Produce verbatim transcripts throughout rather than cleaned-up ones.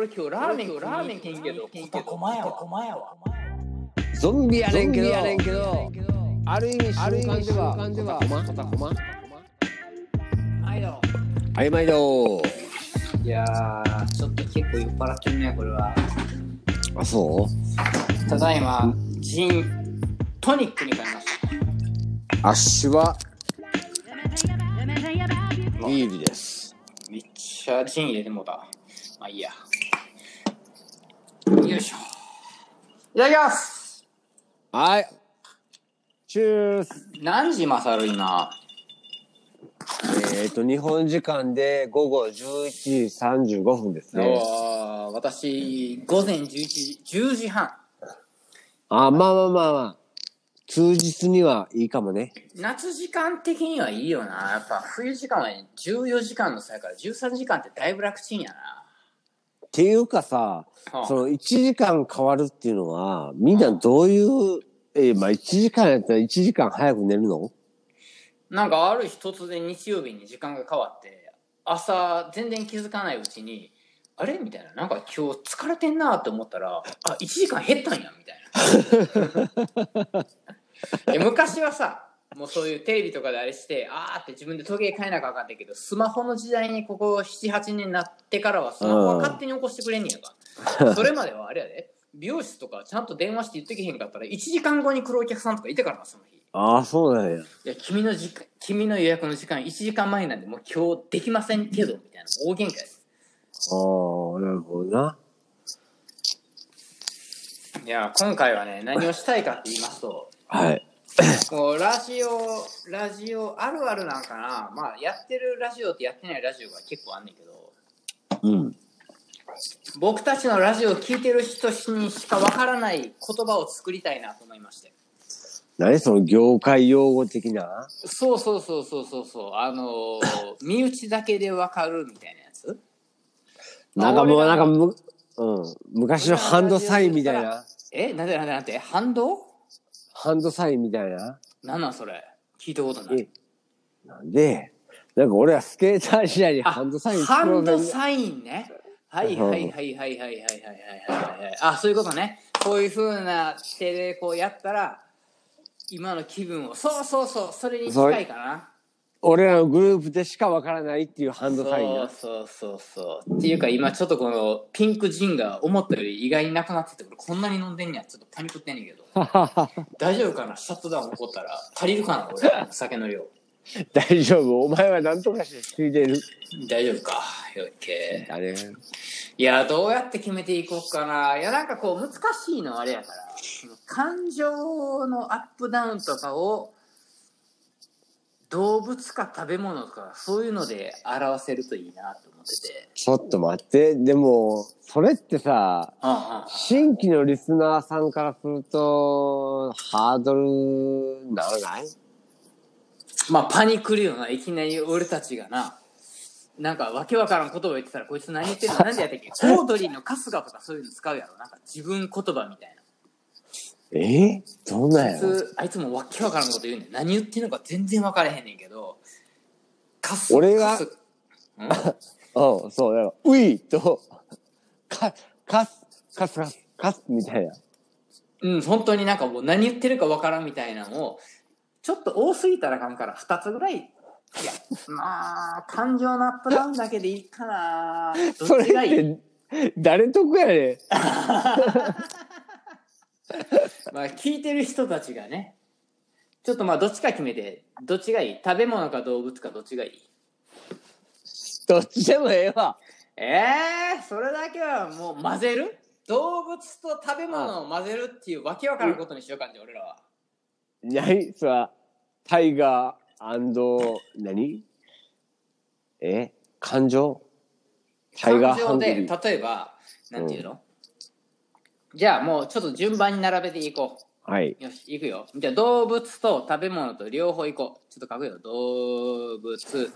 俺今日ラーメンラーメンけんけど豚こまやわこまやわゾンビやねんけどある意味瞬間では豚こまはいどはい毎度いやーちょっと結構酔っ払ってるねこれは。 あそうただいまジントニックに変えました。 アッシュはビールです。 めっちゃジン入れてもうた。まあいいや。よいしょ。いただきます。 はいチュース。 何時マサル今。 えっ、ー、と日本時間で午後じゅういちじさんじゅうごふんですね。 お私午前じゅういちじじゅうじはん。 あまあまあまあまあ休日にはいいかもね。 夏時間的にはいいよな。やっぱ冬時間はじゅうよじかんの差やからじゅうさんじかんってだいぶ楽ちんやな。 っていうかさ、はあ、そのいちじかん変わるっていうのはみんなどういう、はあ、えー、まあいちじかんやったらいちじかん早く寝るの？なんかある日突然日曜日に時間が変わって朝全然気づかないうちにあれみたいな、なんか今日疲れてんなって思ったらあいちじかん減ったんやみたいな。いや昔はさもうそういうテレビとかであれしてあーって自分で時計変えなきゃあかんねんけどスマホの時代にここななはちねんになってからはスマホは勝手に起こしてくれんねやか。それまではあれやで美容室とかちゃんと電話して言ってけへんかったらいちじかんごに来るお客さんとかいてからなその日。 ああそうなんや。いや君の時間君の予約の時間いちじかんまえなんでもう今日できませんけどみたいな大喧嘩です。 ああなるほどな。 いや今回はね何をしたいかって言いますとはいこうラジオラジオあるあるなんかな。まあやってるラジオってやってないラジオが結構あんねんけど、 うん、 僕たちのラジオを聞いてる人にしかわからない言葉を作りたいなと思いまして。 何その業界用語的な？ そうそうそうそうそうそうあのー、身内だけでわかるみたいなやつ。 なんかもうなんかむ、うん、昔のハンドサインみたいな。 えなんでなんでなんでハンド？ ハンドサインみたいな。 なんなんそれ聞いたことない。 なんでなんか俺はスケーター時代にハンドサインハンドサインね。はいはいはいはいはいはいはいはいはいあそういうことね。こういう風な手でこうやったら今の気分をそうそうそうそれに近いかな。 俺らのグループでしかわからないっていうハンドサインな。 そうそうそうそうっていうか今ちょっとこのピンクジンが思ったより意外になくなってて俺こんなに飲んでんねやちょっとパニックってんねんけど大丈夫かなシャットダウン起こったら足りるかな俺酒の量。 大丈夫お前は何とかしてついてる。 大丈夫かよっけあれいやどうやって決めていこうかな。いやなんかこう難しいのあれやから感情のアップダウンとかを動物か食べ物とかそういうので表せるといいなと思ってて。 ちょっと待ってでもそれってさ、 うんうん、 新規のリスナーさんからするとハードルならない？ まあパニクるよないきなり俺たちがななんかわけわからん言葉言ってたらこいつ何言ってんの何でやったっけオードリーの春日とかそういうの使うやろなんか自分言葉みたいな。 えー、どんなんやろ。 あいつもわけわからんこと言うねん。何言ってんのか全然わからへんねんけどカス俺がカスうんそうだからウイとカカスカスカスカスみたいな。 うん本当になんかもう何言ってるかわからんみたいなのをちょっと多すぎたらあかんからふたつぐらい。いやまあ感情のアップダウンだけでいいかな。どっちがいい？それって誰得やねんまあ聞いてる人たちがねちょっとまあどっちか決めてどっちがいい？食べ物か動物かどっちがいい？ どっちでもええわ。 えー、それだけはもう混ぜる？動物と食べ物を混ぜるっていうわけわからんことにしようかんじゃ俺らは。 何それはタイガー何え感情タイガーハングリー感情で例えばなんていうの、うん、じゃあもうちょっと順番に並べていこう。はい。 よし行くよ。じゃあ動物と食べ物と両方行こう。ちょっと書くよ。動物食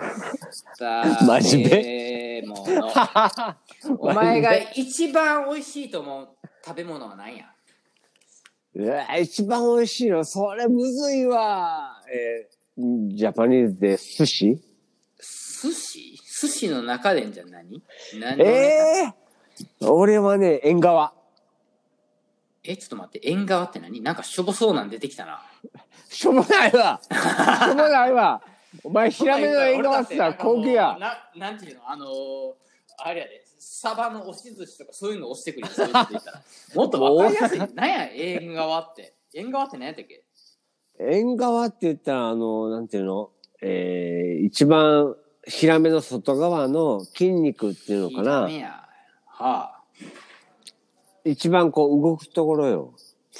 べ物お前が一番美味しいと思う食べ物は何や？ うわ一番美味しいのそれむずいわ。えー、ジャパニーズで寿司？ 寿司？寿司の中でんじゃ何？何え俺はね、縁側。 え、ちょっと待って、縁側って何？なんかしょぼそうなん出てきたな。 しょぼないわしょぼないわお前、ヒラメの縁側ってさ、高級や。 な、なんていうのあのー、あれやで、サバの押し寿司とかそういうの押してくるよ、そういうこと言ったら。もっとわかりやすい。なんや、縁側って。縁側って何やったっけ？ 縁側って言ったら、あの、なんていうのえー、一番、ヒラメの外側の筋肉っていうのかな。 ヒラメや。はあ。 一番こう動くところよ。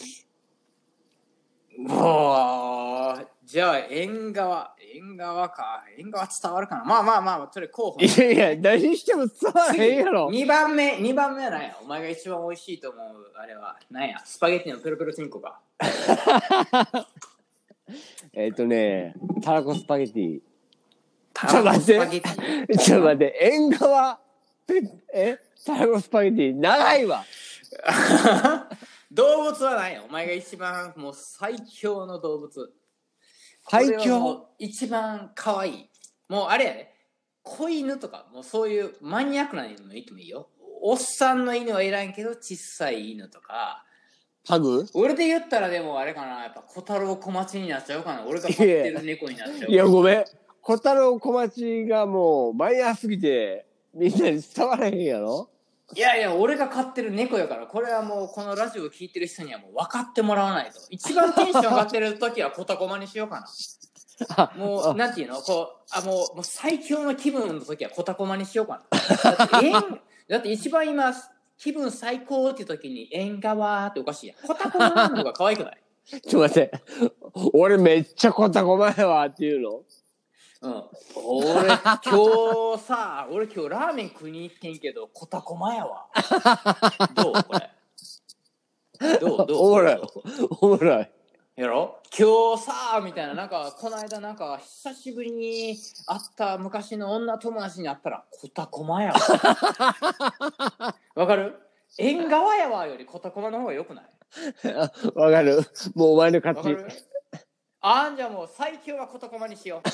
もう、じゃあ、縁側。縁側か。縁側伝わるかな。まあまあまあ、それ候補。 いやいや、何しても伝わらへんやろ。 にばんめ、にばんめは何や。お前が一番美味しいと思う、あれは。何や。スパゲッティのペロペロチンコか。 えっとね、たらこスパゲッティ。 ちょっと待って。 ちょっと待って、縁側。えたらこスパゲッティ、長いわ。 動物は何や。お前が一番もう最強の動物。 最強一番可愛い。もうあれやね。子犬とか、もうそういうマニアックな犬も言ってもいいよ。おっさんの犬はいらんけど、小さい犬とか。 パグ？ 俺で言ったらでもあれかな。やっぱ小太郎小町になっちゃうかな。俺が飼ってる猫になっちゃうかな。 いや、ごめん。小太郎小町がもうマイナーすぎて、みんなに伝わらへんやろ？ いやいや、俺が飼ってる猫やから、これはもうこのラジオを聞いてる人にはもう分かってもらわないと。一番テンション上がってる時はコタコマにしようかな。もう、なんていうのこう、あ、もう、もう最強の気分の時はコタコマにしようかな。だって、だって一番今、気分最高っていう時に、縁側っておかしいやん。コタコマの方が可愛くない？ ちょっと待って。俺めっちゃコタコマやわっていうの？ うん、俺今日さ、俺今日ラーメン食いに行ってんけど、コタコマやわ。どうこれ？どうどう？ おもろい。おもろい。 やろ？今日さ、みたいな、なんか、この間なんか、久しぶりに会った昔の女友達に会ったら、コタコマやわ。わかる？縁側やわよりコタコマの方が良くない？ わかる。もうお前の勝ち。 あんじゃもう最強はコタコマにしよう。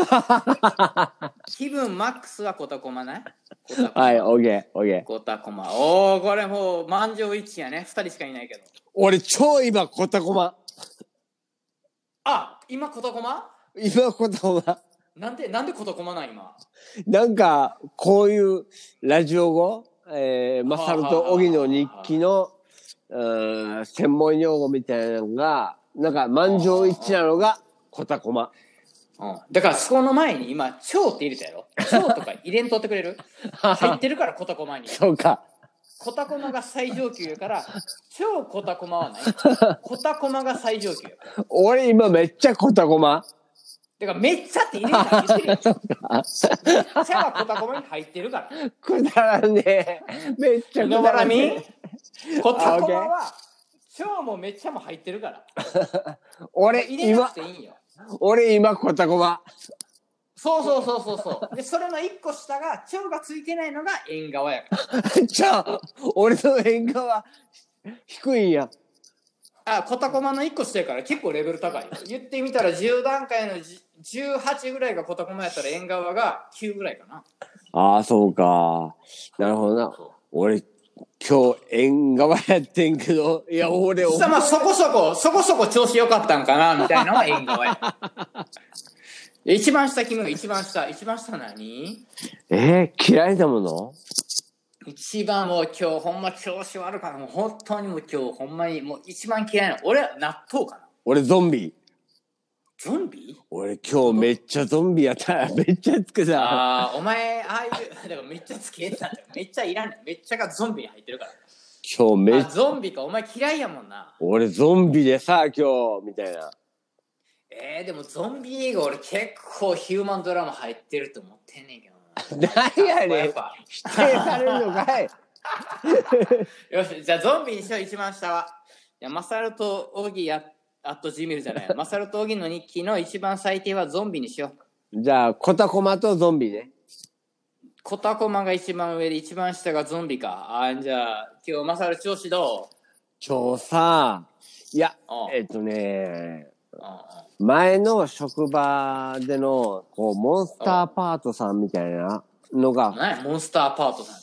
気分マックスはコタコマね。 はい、オッケー、オッケー。 コタコマ。おー、これもう満場一致やね。二人しかいないけど。 俺超今コタコマ。 あ、今コタコマ？ 今コタコマ。 なんで、なんでコタコマなん今？ なんか、こういうラジオ語、えー、マサルとオギの日記の、うん、専門用語みたいなのが、なんか満場一致なのがコタコマ。 うん。だからその前に今、超って入れたやろ？超とか入れんとってくれる？入ってるからコタコマに。 そうか。 コタコマが最上級やから、超コタコマはない。コタコマが最上級やから。 俺今めっちゃコタコマ。 だからめっちゃって入れたら言ってるよ。めっちゃはコタコマに入ってるから。 くだらねえ。めっちゃくだらねえ。コタコマは、超もめっちゃも入ってるから。 俺入れなくていいよ。 俺今コタコマ。 そうそうそうそうそう。で、それの一個下が、超がついてないのが縁側やから。 じゃあ、俺の縁側低いんや。 あ、コタコマの一個下やから結構レベル高いよ。言ってみたらじゅう段階のじゅうはちぐらいがコタコマやったら縁側がきゅうぐらいかな。 ああ、そうか。なるほどな。俺、今日縁側やってんけど、いや、俺、 さまあそこそこ、そこそこ調子良かったんかな、みたいなのは縁側や。一番下君が一番下。一番下何？ えー、嫌いなもの？ 一番もう今日ほんま調子悪かった。もう本当にもう今日ほんまにもう一番嫌いなの。俺は納豆かな。 俺ゾンビ。 ゾンビ？ 俺今日めっちゃゾンビやった。めっちゃつけた。 ああ、お前、ああいう、だからめっちゃつけたんだよ。めっちゃいらんねん。めっちゃがゾンビに入ってるから。 今日めっちゃ。ゾンビか。お前嫌いやもんな。 俺ゾンビでさ、今日、みたいな。 えー、でもゾンビ映画俺結構ヒューマンドラマ入ってると思ってんねんけどな。何やねん。否定されるのかい。 よし、じゃあゾンビにしよう、一番下は。いや、マサルとオギや、あとジミルじゃない。マサルとオギの日記の一番最低はゾンビにしよう。じゃあ、コタコマとゾンビね。 コタコマが一番上で一番下がゾンビか。あ、じゃあ、今日マサル調子どう？ 今日さ、いや、えっとね、 ああ前の職場でのこうモンスターパートさんみたいなのが、 何モンスターパートさんって。あ、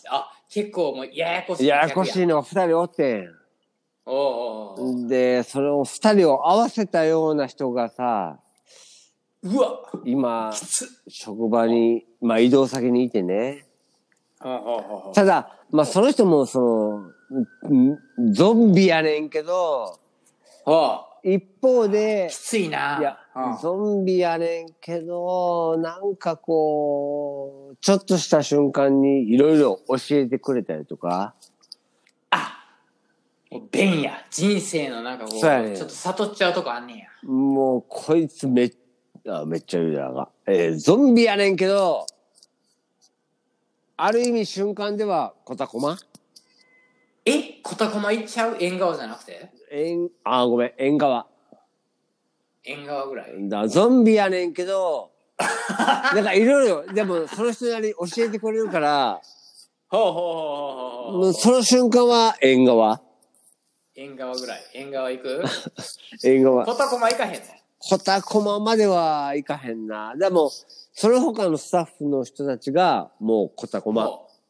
結構もうややこしい。 ややこしいのが二人おってん。 おうおうおう。 で、その二人を合わせたような人がさ、 うわ今きつっ。 職場に、まあ移動先にいてね。 ほうほうほうほう。 ただ、まあその人もその、んゾンビやねんけど、 ほう。 一方でき、ついな。 いやうん、 ゾンビやねんけど、なんかこう、ちょっとした瞬間にいろいろ教えてくれたりとか。 あ、もう弁や。人生のなんかこう、 そうやねちょっと悟っちゃうとこあんねんや。 もう、こいつめっ、あめっちゃ言うだが。えーゾンビやねんけど、ある意味瞬間では、コタコマえ、コタコマ行っちゃう？縁側じゃなくて？ 縁、あー、ごめん、縁側。 縁側ぐらい。 だゾンビやねんけど、なんかいろいろ、でもその人なりに教えてくれるから、 ほうほうほうほうほうほう。 もうその瞬間は縁側。 縁側ぐらい。縁側行く？ 縁側。 コタコマ行かへんの？ コタコマまではいかへんな。でも、その他のスタッフの人たちが、もうコタコマ。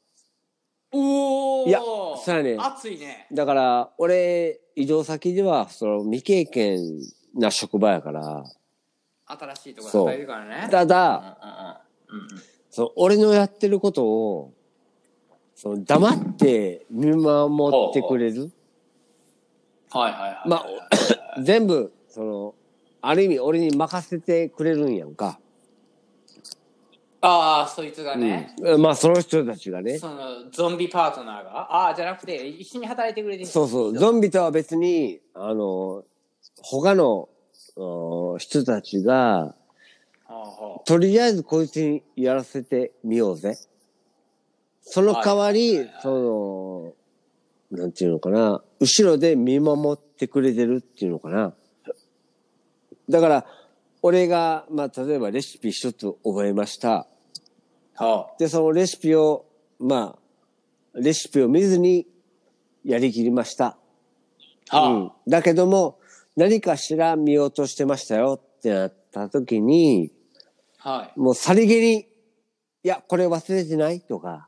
おお。 いやそうやね熱いね。 だから、俺、移動先では、その未経験な職場やから、 新しいところに入るからね。 ただ、 うんうんうん。うんうん。 その俺のやってることを、その黙って見守ってくれる。 はいはいはい。 まあ、全部、その、ある意味俺に任せてくれるんやんか。 ああ、そいつがね。 うん、まあ、その人たちがね。 その、ゾンビパートナーがああ、じゃなくて、一緒に働いてくれてる。 そうそう。ゾンビとは別に、あの、他のお人たちが、とりあえずこいつにやらせてみようぜ。その代わり、その、なんていうのかな、後ろで見守ってくれてるっていうのかな。だから、俺が、まあ、例えばレシピ一つ覚えました。 はで、そのレシピを、まあ、レシピを見ずにやりきりました。 あ、はあ、 うん。だけども、何かしら見落としてましたよってなった時に、 はい。 もうさりげに、いや、これ忘れてないとか。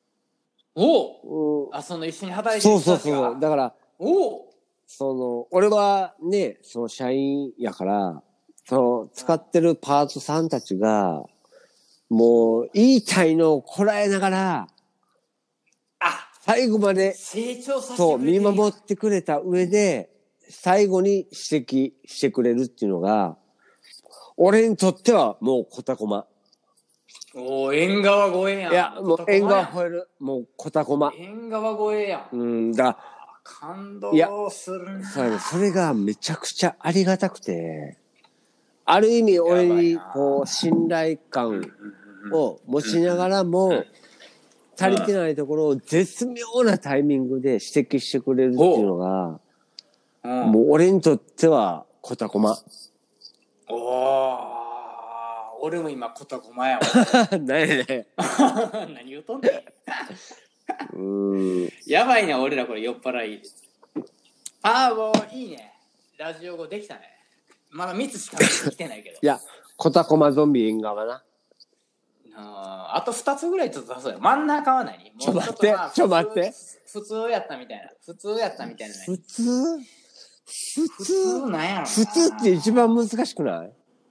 おお、 うん、 あ、その一緒に働いてるそう人たちが。 そうそう。だから、 おお、 その、俺はね、その社員やから、その、使ってるパートさんたちが、もう、言いたいのをこらえながら、 あ、 最後まで、 成長させてそう、 くれてる。 見守ってくれた上で、最後に指摘してくれるっていうのが、俺にとってはもうコタコマ。 おお、縁側越えやん。 いや、もう縁側超える。もうコタコマ。 縁側越えやん。 うん、だ、 感動するな。 そうやね、それがめちゃくちゃありがたくて、ある意味俺にこう信頼感を持ちながらも、足りてないところを絶妙なタイミングで指摘してくれるっていうのが、もう俺にとってはコタコマ。 おお、俺も今コタコマやわ。 何やね何言うとんねん。 ん。うん。 やばいな、俺らこれ酔っ払い。ああ、もういいね。ラジオ語できたね。まだみっつしか来てないけど。 いや、コタコマゾンビ縁側な。 ああとふたつぐらいちょっと出そうよ。真ん中は何？ ちょ待ってちょ待って普通やったみたいな。普通やったみたいな。 普通普普通通なんやろな。 普通って一番難しくない？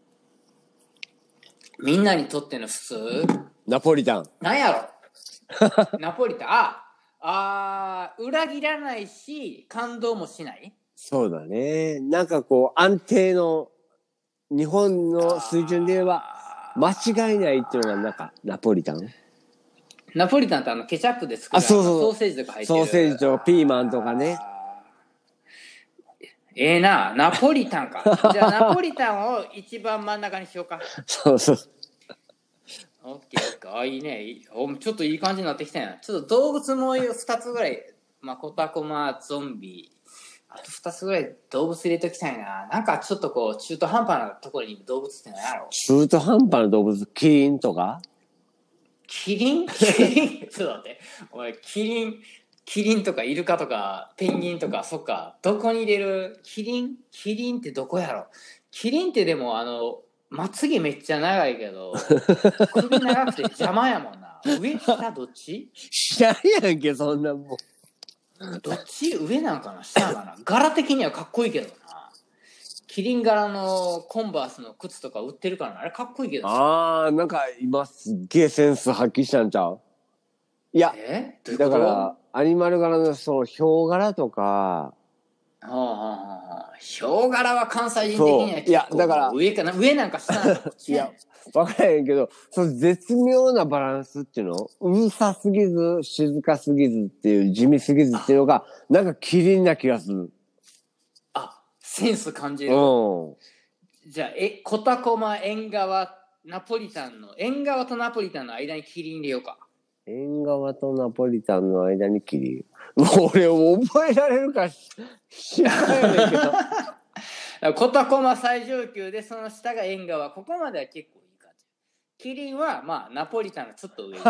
みんなにとっての普通？ ナポリタン。 なんやろナポリタン。あ、あー裏切らないし、感動もしない？ そうだね。なんかこう、安定の、日本の水準で言えば、間違いないっていうのがなんか、ナポリタン。 ナポリタンってあの、ケチャップで作るあそうそうソーセージとか入ってる。 ソーセージとピーマンとかね。 ええな、ナポリタンか。じゃあ、ナポリタンを一番真ん中にしようか。 そうそう。 オッケーオッケー。あ、いいね。いいおちょっといい感じになってきたやん。ちょっと動物もふたつぐらい、まあ、コタコマ、ゾンビ、あとふたつぐらい動物入れときたいな。なんかちょっとこう、中途半端なところにいる動物って何やろ？ 中途半端な動物、キリンとかキリンキリンちょっと待って。お前、キリン、キリンとかイルカとかペンギンとか、そっか。どこに入れる？キリンキリンってどこやろ？キリンってでもあの、まつげめっちゃ長いけど、首長くて邪魔やもんな。 上下どっち？ 知らんやんけ、そんなもん。 どっち上なんかな下かな柄的にはかっこいいけどな。キリン柄のコンバースの靴とか売ってるからな。あれかっこいいけど。 あー、なんか今すっげえセンス発揮したんちゃう？いや、 えどういうこと？ だからアニマル柄のそのヒョウ柄とか、 はあはあはあ、ヒョウ柄は関西人的には結構いやだから上かな上なんか下なんかいや分からへんけど、その絶妙なバランスっていうの、うるさすぎず静かすぎずっていう地味すぎずっていうのがなんかキリンな気がする。 あ、センス感じる。 うん。 じゃあえコタコマ縁側ナポリタンの縁側とナポリタンの間にキリン入れようか。 縁側とナポリタンの間にキリン。もう俺覚えられるか知らないんだけど。 コタコマ最上級でその下が縁側。ここまでは結構いい感じ。キリンはまあナポリタンがちょっと上。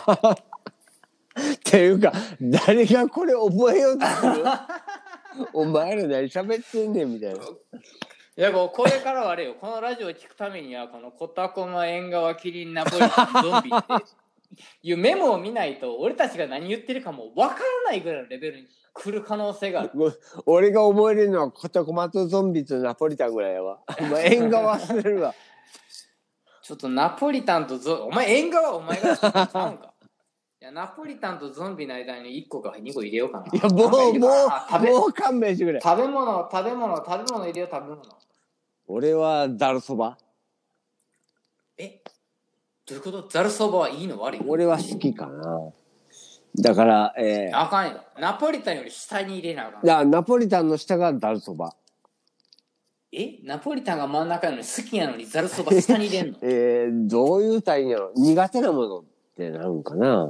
っていうか誰がこれ覚えようとする？お前ら何喋ってんねんみたいな。 いやこうこれからはあれよ、このラジオを聞くためにはこのコタコマ縁側キリンナポリタンゾンビっていうメモを見ないと俺たちが何言ってるかもわからないぐらいのレベルに来る可能性がある。 俺が覚えれるのはコタコマとゾンビとナポリタンぐらいやわ。お前縁側忘れるわ。 ちょっとナポリタンとゾンビ、お前縁側お前がちゃうんか。いやナポリタンとゾンビの間にいっこかにこ入れようかな。 いやもうもうもう勘弁してくれ。 食べ物食べ物食べ物入れよう食べ物。 俺はざるそば。 えどういうこと？ざるそばはいいの悪いの？ 俺は好きかな。だから、えー、 あかんよ。ナポリタンより下に入れなあかん。 だナポリタンの下がざるそば。 えナポリタンが真ん中なのに好きなのにざるそば下に入れんの？ えー、どういうたらいいんやろ。苦手なものってなるんかな。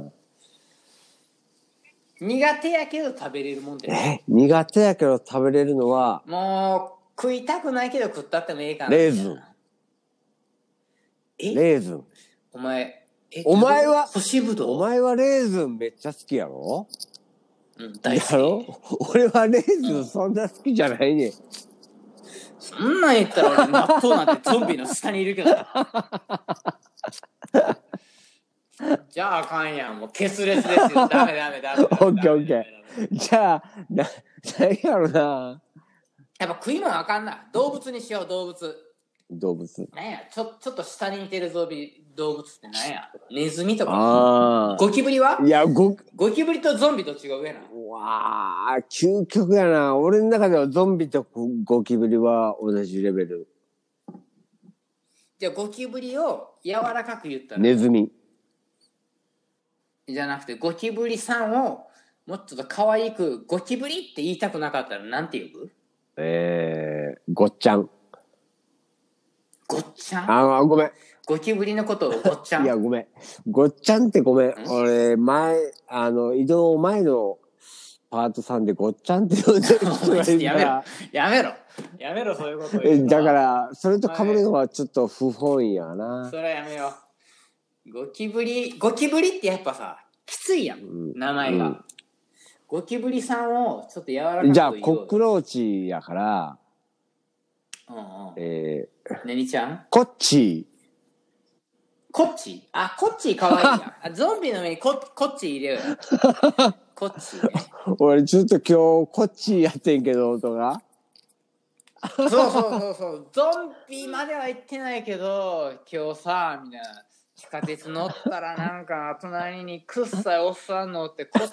苦手やけど食べれるもんで。 え苦手やけど食べれるのはもう食いたくないけど食ったってもええかな。 レーズン。 えレーズン。 お前えお前は干しぶどう？ お前はレーズンめっちゃ好きやろ？ うん大好き。 やろ？俺はレーズンそんな好きじゃないねん。 そんなん言ったら俺納豆なんてゾンビの下にいるけどな。じゃああかんやん。もうケスレスですよ。ダメダメダメ。 オッケーオッケー。じゃあな何やろな。 やっぱ食い物あかんな。動物にしよう動物。 動物。 なんやちょちょっと下に似てるゾンビ動物ってなんやネズミとか。 ああ。 ゴキブリはいやゴゴキブリとゾンビどっちが上なの？ うわあ究極やな。俺の中ではゾンビとゴキブリは同じレベル。 じゃあゴキブリを柔らかく言ったらネズミ。 じゃなくてゴキブリさんをもうちょっと可愛くゴキブリって言いたくなかったらなんて呼ぶ？ えー、ごっちゃん。 ごっちゃん？ ああごめん。 ゴキブリのことをごっちゃん？ いやごめん。ごっちゃんってごめん。俺前あの移動前のパートさんでごっちゃんって呼んでる人がいるやめろから。 やめろやめろそういうことえ言うのだからそれと被るのはちょっと不本意やな。 それはやめよう。ゴキブリゴキブリってやっぱさきついやん、うん、名前が、うん、ゴキブリさんをちょっと柔らかく言おう。 じゃあコックローチやから、 うんうん、 えー、ねにちゃんコッチー。 コッチーあコッチーかわいいやあゾンビの上にココッチー入れようよコッチーね。 俺ちょっと今日コッチーやってんけどとかそうそうそうそうゾンビまでは行ってないけど今日さみたいな地下鉄乗ったらなんか隣にくっさいおっさん乗ってこっち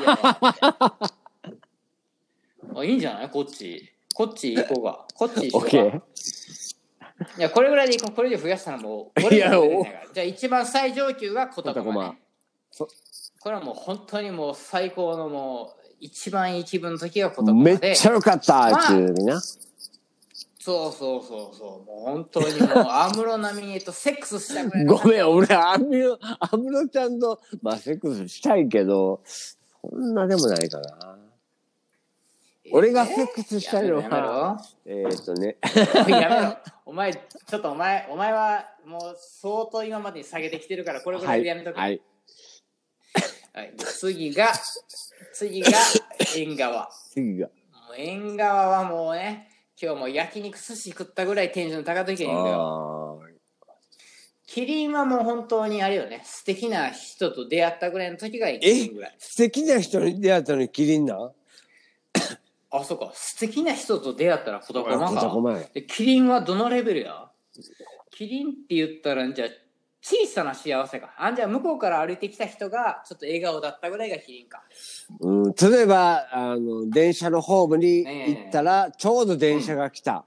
あいいんじゃないこっちこっち行こうがこっち行こうか、 okay. いやこれぐらいでいこうこれで増やしたらもう俺も出ないからじゃあ一番最上級がコタコマ、ね、これはもう本当にもう最高のもう一番いい気分の時がコタコマでめっちゃよかったっていうな、まあそうそうそうそうもう本当にもう安室奈美恵とセックスしたぐらいごめん俺安室安室ちゃんとまあセックスしたいけどそんなでもないかな、えー、俺がセックスしたいのはえー、っとねやめろお前ちょっとお前お前はもう相当今までに下げてきてるからこれぐらいでやめとけ、 はいはいはい、次が次が縁側次がもう縁側はもうね今日も焼肉寿司食ったぐらいテンション高い時は縁側キリンはもう本当にあれよね、素敵な人と出会ったぐらいの時がキえリンぐらい。 素敵な人に出会ったのにキリンなんあ、そうか。素敵な人と出会ったらコタコマコタか。 コマや。 でキリンはどのレベルや？キリンって言ったら、じゃあ、小さな幸せか。あんじゃあ、向こうから歩いてきた人が、ちょっと笑顔だったぐらいがキリンか。 うん、例えば、あの、電車のホームに行ったら、ちょうど電車が来た。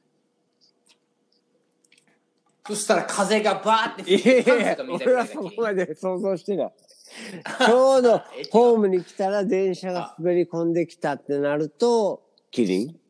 そしたら風がバーっていやいやいや、 パンツが見えたぐ俺はそらいがキリンこまで想像してない。ちょうどホームに来たら電車が滑り込んできたってなると、キリン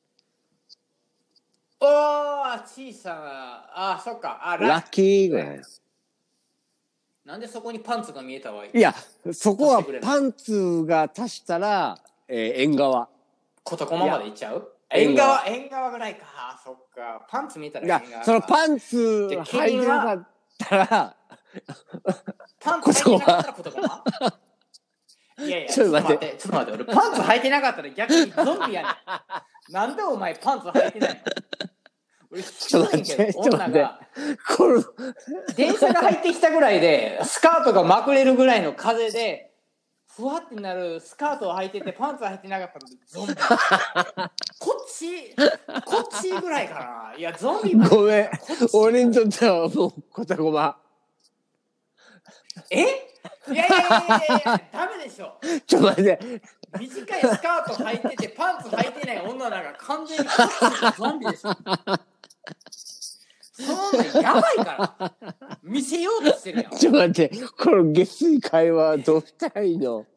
おー、小さな、あ、そっか。あ、 ラッキーぐらい。 なんでそこにパンツが見えたわけ？ いや、そこはパンツが足したら、えー、縁側。 コタコマまで行っちゃう？縁側、縁側ぐらいか。あ、そっか。パンツ見たらいや縁側か。 そのパンツ履いてなかったら、 パンツ履いてなかったらコタコマ？いやいや、 ちょっと待って。 ちょっと待って、俺パンツ履いてなかったら逆にゾンビやねん。なんでお前パンツ履いてないの？俺ちょっと待って、ちょっと待って。この電車が入ってきたぐらいで、スカートがまくれるぐらいの風で、ふわってなるスカートを履いてて、パンツ履いてなかったらゾンビ。こっち、こっちぐらいかな。いや、ゾンビごめん。俺にとってはもう、コタコマ。 え？いやいやいやいやいや、ダメでしょ。 ちょっと待って。 短いスカート履いてて、パンツ履いてない女なんか完全にこっちのゾンビでしょ。そんなんやばいから。見せようとしてるやん。 ちょっと待って。この下水会話どうしたらいいの？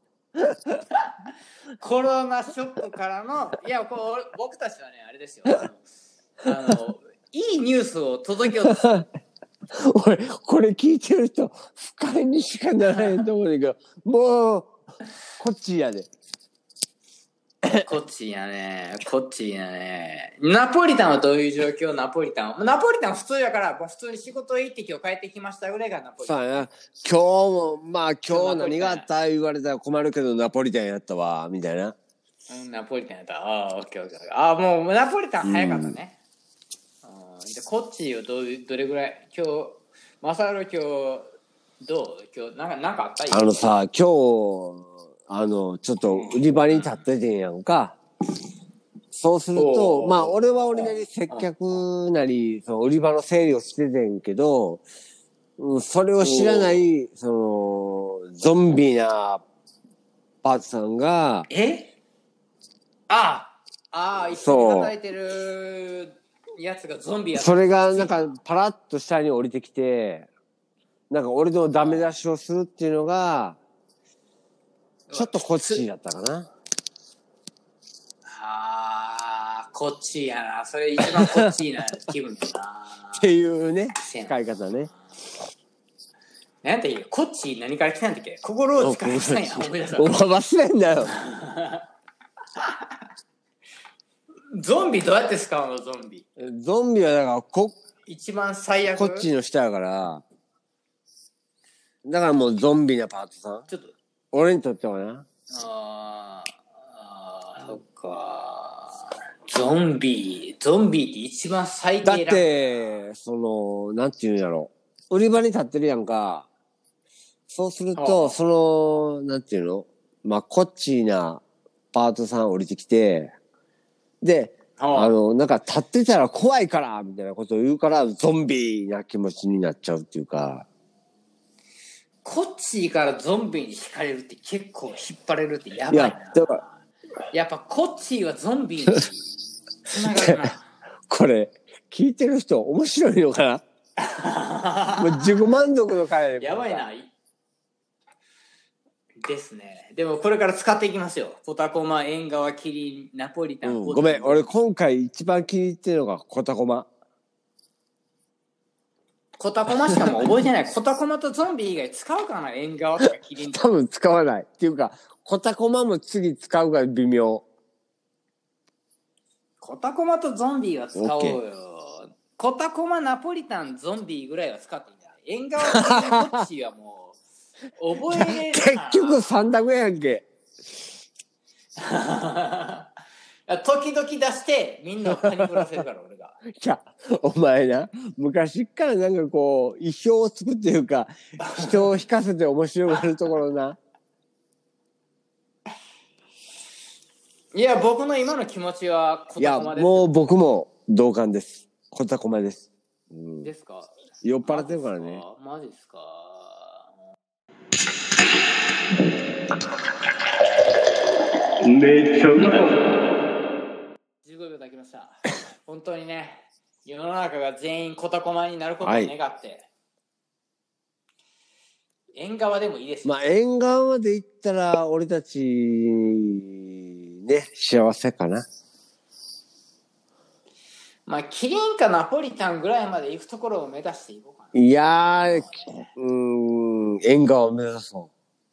コロナショックからの、いや、こう僕たちはね、あれですよ。あの、あのいいニュースを届けようとする。 俺、これ聞いてる人、不快にしかならないと思うんだけど、もう、こっちやで。 こっちやね。こっちやね。ナポリタンはどういう状況？ナポリタン。ナポリタン普通やから、普通に仕事行って今日帰ってきましたぐらいがナポリタン。 そうやな。今日も、まあ今日何があった言われたら困るけど、ナポリタンやったわ、みたいな。 うん、ナポリタンやった。ああ、オッケーオッケー。ああ、もうナポリタン早かったね。うん、でこっちをどうどれぐらい今日、マサル今日、どう今日、なんか、なんかあったあのさ、今日、あの、ちょっと売り場に立っててんやんか。そうすると、まあ、俺は俺なり接客なり、その売り場の整理をしててんけど、うん、それを知らない、その、ゾンビなパートさんが、 えああ、ああ、一緒に働いてるやつがゾンビやった。 それがなんかパラッと下に降りてきて、なんか俺のダメ出しをするっていうのが、ちょっとこっちだったかな。 ああ、こっちやな。それ一番こっちな気分だな。 っていうね、使い方ね。 なんていうこっち何から来たんだっけ？心を使いたんや。思い出した。 お前忘れんなよ。 ゾンビどうやって使うの？ゾンビ。 ゾンビはだからこ、 一番最悪。 こっちの下やから、だからもうゾンビなパートさん。 ちょっと。 俺にとってはな。 ああ、そっか。ゾンビ、ゾンビって一番最低だって、その、なんていうんやろ。売り場に立ってるやんか。そうすると、その、なんていうのまあ、こっちなパートさん降りてきて、で、あの、なんか立ってたら怖いから、みたいなことを言うから、ゾンビな気持ちになっちゃうっていうか。 こっちからゾンビに惹かれるって結構引っ張れるってやばいな。いや、だから、やっぱこっちはゾンビにつながるな。 これ、聞いてる人面白いのかなもう自己満足の回やばいな。ですね。でもこれから使っていきますよ。コタコマ、縁側、キリン、ナポリタン、 うん、ごめん、俺今回一番気に入ってるのがコタコマ。 コタコマしかも覚えてない。コタコマとゾンビ以外使うかな？縁側とかキリンとか。 多分使わない。っていうか、コタコマも次使うが微妙。 コタコマとゾンビは使おうよ。コタコマ、ナポリタン、ゾンビぐらいは使っていいんだ。縁側とこっちはもう、覚えれる結局三択やんけ。 あ時々出してみんなをパニクらせるから俺が。 いや、お前な、昔っからなんかこう、意表をつくっていうか、人を引かせて面白がるところな。 いや、僕の今の気持ちはコいや、 タコマです。 もう僕も同感です。コタコマです。うん、 ですか。 酔っ払ってるからね。 マジですか。 めっちゃうまい。 じゅうごびょう経きました。本当にね、世の中が全員コタコマになることを願って、はい、縁側でもいいですよ。 まあ縁側まで行ったら俺たちね幸せかな。 まあキリンかナポリタンぐらいまで行くところを目指していこうかな。 いやー、うーん、縁側を目指そう。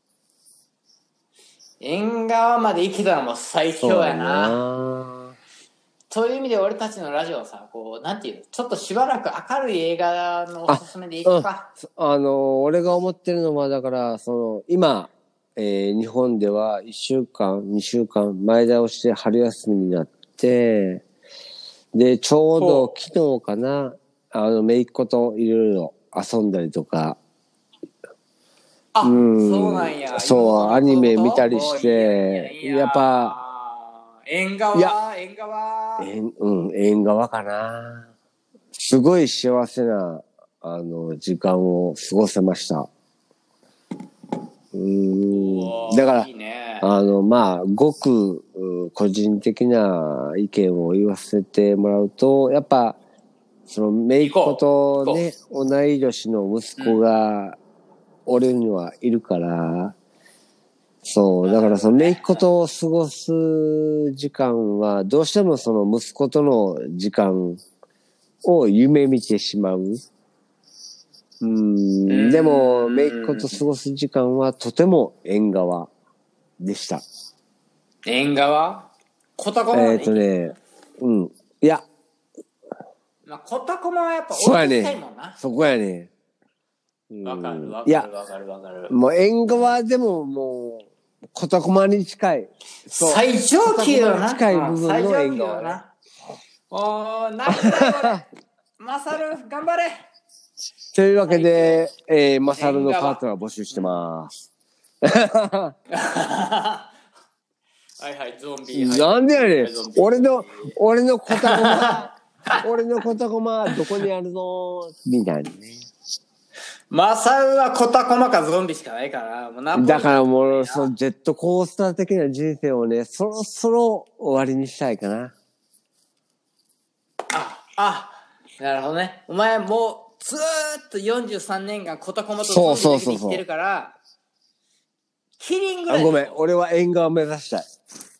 縁側まで行けたらもう最強やな。という意味で俺たちのラジオはさ、こうなんていうの、ちょっとしばらく明るい映画のおすすめでいくか。 あ、うん、あの俺が思ってるのはだからその今、えー、日本ではいっしゅうかんにしゅうかん前倒しで春休みになって、でちょうど昨日かな、あの姪っ子といろいろ遊んだりとか。 あ、うん、そうなんや。 そうアニメ見たりして、やっぱ縁側縁側縁うん縁側かな。すごい幸せなあの時間を過ごせました。うーんだからいい、ね、あのまあごく個人的な意見を言わせてもらうと、やっぱその姪っ子とね同い年の息子が俺にはいるから、そう、だからその姪っ子と過ごす時間は、どうしてもその息子との時間を夢見てしまう。うん、でも、姪っ子と過ごす時間はとても縁側でした。 縁側？コタコマはね。 えっとね、うん。いや。 まあ、コタコマはやっぱ追いつきたいもんな。 そこやね。 わかるわかるわかるわかる。 もう縁側でももう、コタコマに近い。 最上級よな。 近い部分の縁側な。 おー、ナイスだマサル、頑張れ。 というわけで、えー、マサルのパートナー募集してます。 はいはい、ゾンビ。 なんでやねん。俺の、俺のコタコマ、俺のコタコマ、どこにあるのみたいなね。 マサルはコタコマかゾンビしかないから、もうナポリだからもう、そのジェットコースター的な人生をね、そろそろ終わりにしたいかな。 あ、あ、なるほどね。お前もうずーっとよんじゅうさんねんかんコタコマとゾンビだけで生きてるから、キリンぐらい。 あ、ごめん、俺は縁側を目指したい。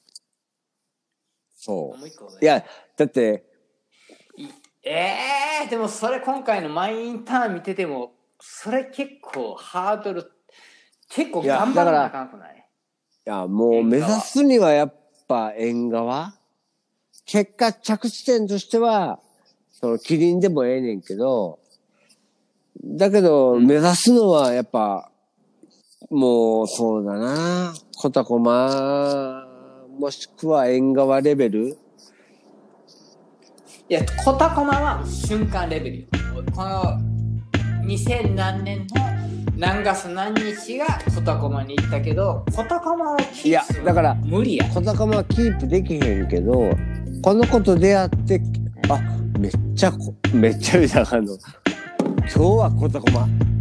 そう。いや、だって、 ええー、でもそれ今回のマイインターン見てても、それ結構ハードル、結構頑張らなあかんくない？いや、もう目指すにはやっぱ縁側？結果着地点としては、そのキリンでもええねんけど、だけど、うん、目指すのはやっぱ、もうそうだな、コタコマ、もしくは縁側レベル？ いや、コタコマは瞬間レベルよ。このにせん何年の何月何日がコタコマに行ったけど、コタコマをキープするのは無理や。 コタコマはキープできへんけど、この子と出会って、あ、めっちゃ、めっちゃ見たあの、今日はコタコマ、